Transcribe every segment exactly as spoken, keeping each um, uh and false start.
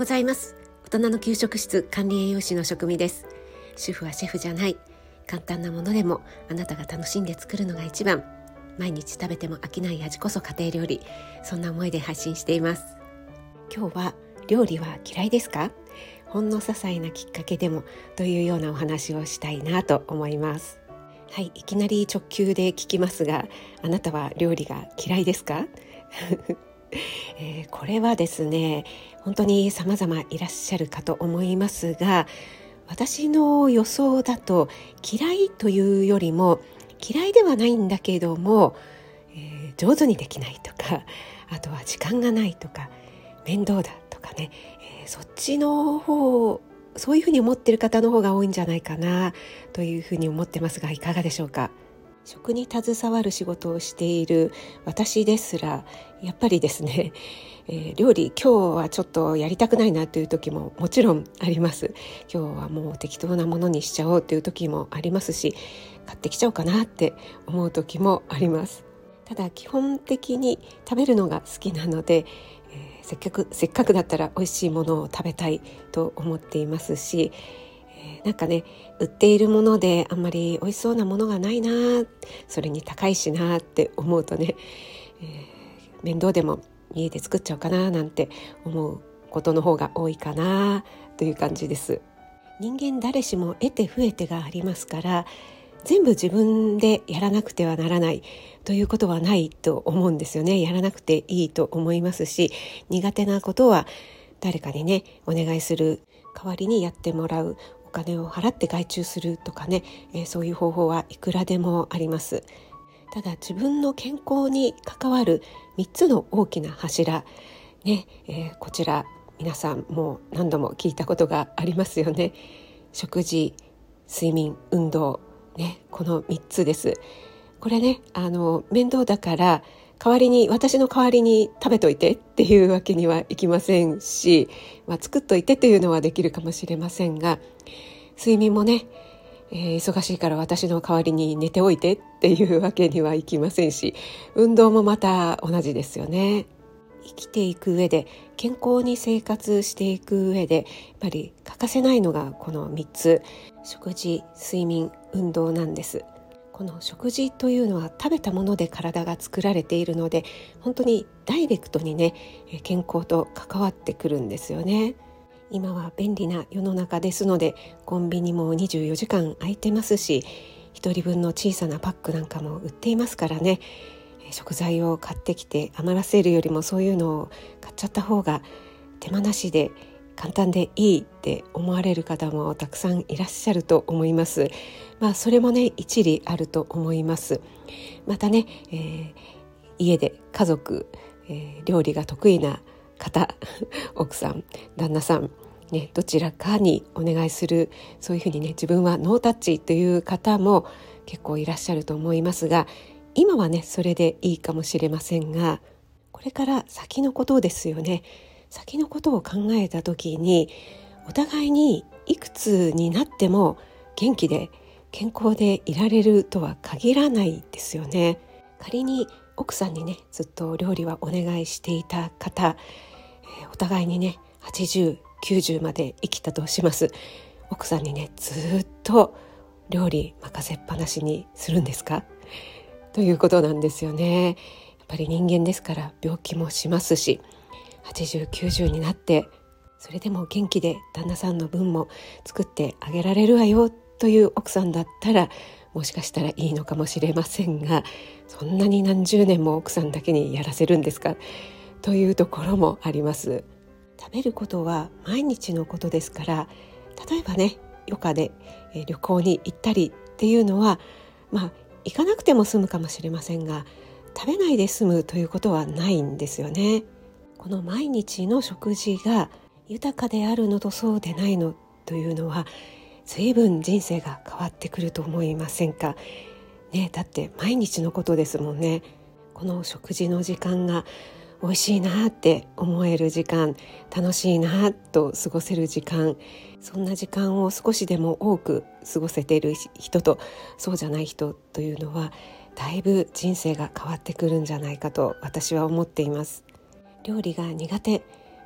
ございます。大人の給食室管理栄養士の食味です。主婦はシェフじゃない。簡単なものでもあなたが楽しんで作るのが一番。毎日食べても飽きない味こそ家庭料理。そんな思いで配信しています。今日は料理は嫌いですか？ほんの些細なきっかけでもというようなお話をしたいなと思います。はい、いきなり直球で聞きますが、あなたは料理が嫌いですか？えー、これはですね、本当に様々いらっしゃるかと思いますが、私の予想だと嫌いというよりも嫌いではないんだけども、えー、上手にできないとか、あとは時間がないとか面倒だとかね、えー、そっちの方、そういうふうに思っている方の方が多いんじゃないかなというふうに思ってますが、いかがでしょうか。食に携わる仕事をしている私ですらやっぱりですね、えー、料理今日はちょっとやりたくないなという時ももちろんあります。今日はもう適当なものにしちゃおうという時もありますし、買ってきちゃおうかなって思う時もあります。ただ基本的に食べるのが好きなので、えー、せっかくせっかくだったら美味しいものを食べたいと思っていますし、なんかね、売っているものであんまり美味しそうなものがないな、それに高いしなって思うとね、えー、面倒でも家で作っちゃおうかななんて思うことの方が多いかなという感じです。人間誰しも得て増えてがありますから、全部自分でやらなくてはならないということはないと思うんですよね。やらなくていいと思いますし、苦手なことは誰かにねお願いする、代わりにやってもらう、お金を払って外注するとかね、えー、そういう方法はいくらでもあります。ただ自分の健康に関わるみっつの大きな柱、ねえー、こちら皆さんもう何度も聞いたことがありますよね。食事、睡眠、運動、ね、このみっつです。これね、あの面倒だから代わりに私の代わりに食べといてっていうわけにはいきませんし、まあ、作っといてっていうのはできるかもしれませんが、睡眠もね、えー、忙しいから私の代わりに寝ておいてっていうわけにはいきませんし、運動もまた同じですよね。生きていく上で、健康に生活していく上でやっぱり欠かせないのがこのみっつ、食事、睡眠、運動なんです。この食事というのは食べたもので体が作られているので、本当にダイレクトにね健康と関わってくるんですよね。今は便利な世の中ですので、コンビニもにじゅうよじかん空いてますし、ひとりぶんの小さなパックなんかも売っていますからね、食材を買ってきて余らせるよりもそういうのを買っちゃった方が手間なしで簡単でいいって思われる方もたくさんいらっしゃると思います。まあそれもね一理あると思います。またね、えー、家で家族、えー、料理が得意な方奥さん、旦那さん、ね、どちらかにお願いする、そういうふうにね自分はノータッチという方も結構いらっしゃると思いますが、今はねそれでいいかもしれませんが、これから先のことですよね。先のことを考えた時に、お互いにいくつになっても元気で健康でいられるとは限らないですよね。仮に奥さんにねずっと料理はお願いしていた方、えー、お互いにねはちじゅう、きゅうじゅうまで生きたとします。奥さんにねずっと料理任せっぱなしにするんですかということなんですよね。やっぱり人間ですから病気もしますし、はちじゅう、きゅうじゅうになってそれでも元気で旦那さんの分も作ってあげられるわよという奥さんだったら、もしかしたらいいのかもしれませんが、そんなに何十年も奥さんだけにやらせるんですかというところもあります。食べることは毎日のことですから、例えばね余暇で旅行に行ったりっていうのは、まあ行かなくても済むかもしれませんが、食べないで済むということはないんですよね。この毎日の食事が豊かであるのとそうでないのというのは、随分人生が変わってくると思いませんか、ね、だって毎日のことですもんね。この食事の時間が美味しいなって思える時間、楽しいなと過ごせる時間、そんな時間を少しでも多く過ごせている人とそうじゃない人というのは、だいぶ人生が変わってくるんじゃないかと私は思っています。料理が苦手、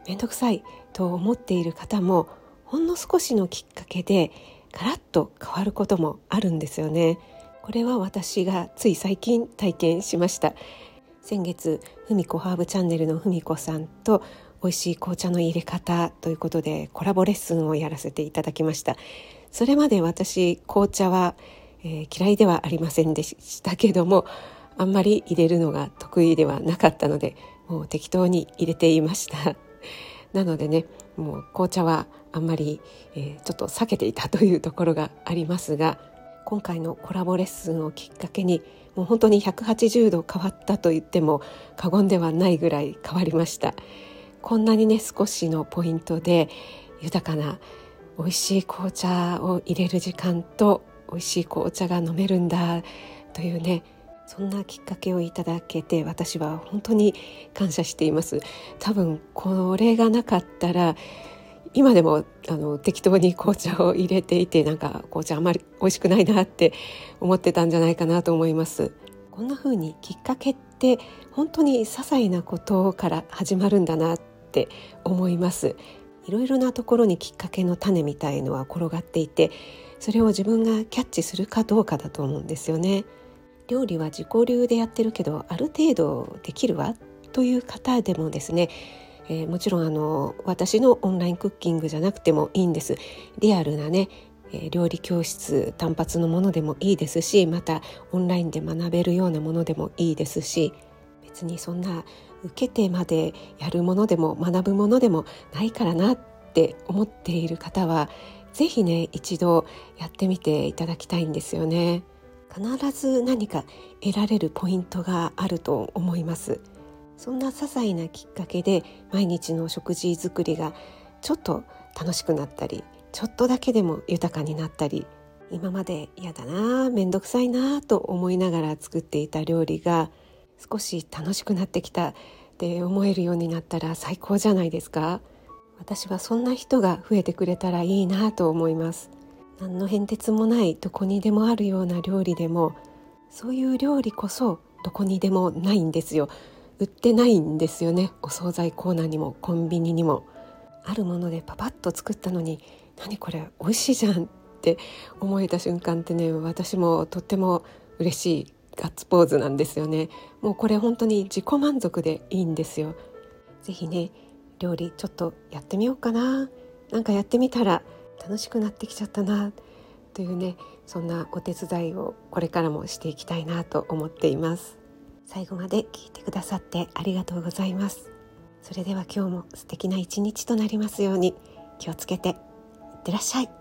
めんどくさいと思っている方もほんの少しのきっかけでガラッと変わることもあるんですよね。これは私がつい最近体験しました。先月ふみこハーブチャンネルのふみこさんと美味しい紅茶の入れ方ということでコラボレッスンをやらせていただきました。それまで私紅茶は、えー、嫌いではありませんでしたけども、あんまり入れるのが得意ではなかったので、もう適当に入れていましたなのでね、もう紅茶はあんまり、えー、ちょっと避けていたというところがありますが、今回のコラボレッスンをきっかけにもう本当にひゃくはちじゅうど変わったと言っても過言ではないぐらい変わりました。こんなにね少しのポイントで豊かな美味しい紅茶を入れる時間と美味しい紅茶が飲めるんだというね、そんなきっかけをいただけて私は本当に感謝しています。多分これがなかったら今でもあの適当に紅茶を入れていて、なんか紅茶あんまり美味しくないなって思ってたんじゃないかなと思います。こんな風にきっかけって本当に些細なことから始まるんだなって思います。いろいろなところにきっかけの種みたいのは転がっていて、それを自分がキャッチするかどうかだと思うんですよね。料理は自己流でやってるけどある程度できるわという方でもですね、えー、もちろんあの私のオンラインクッキングじゃなくてもいいんです。リアルなね、えー、料理教室単発のものでもいいですし、またオンラインで学べるようなものでもいいですし、別にそんな受けてまでやるものでも学ぶものでもないからなって思っている方はぜひね一度やってみていただきたいんですよね。必ず何か得られるポイントがあると思います。そんな些細なきっかけで毎日の食事作りがちょっと楽しくなったり、ちょっとだけでも豊かになったり、今まで嫌だな、めんどくさいなと思いながら作っていた料理が少し楽しくなってきたって思えるようになったら最高じゃないですか。私はそんな人が増えてくれたらいいなと思います。何の変哲もないどこにでもあるような料理でも、そういう料理こそどこにでもないんですよ。売ってないんですよね。お惣菜コーナーにもコンビニにも。あるものでパパッと作ったのに、何これ美味しいじゃんって思えた瞬間ってね、私もとっても嬉しいガッツポーズなんですよね。もうこれ本当に自己満足でいいんですよ。ぜひね料理ちょっとやってみようかな、なんかやってみたら楽しくなってきちゃったなというね、そんなお手伝いをこれからもしていきたいなと思っています。最後まで聞いてくださってありがとうございます。それでは今日も素敵な一日となりますように。気をつけていってらっしゃい。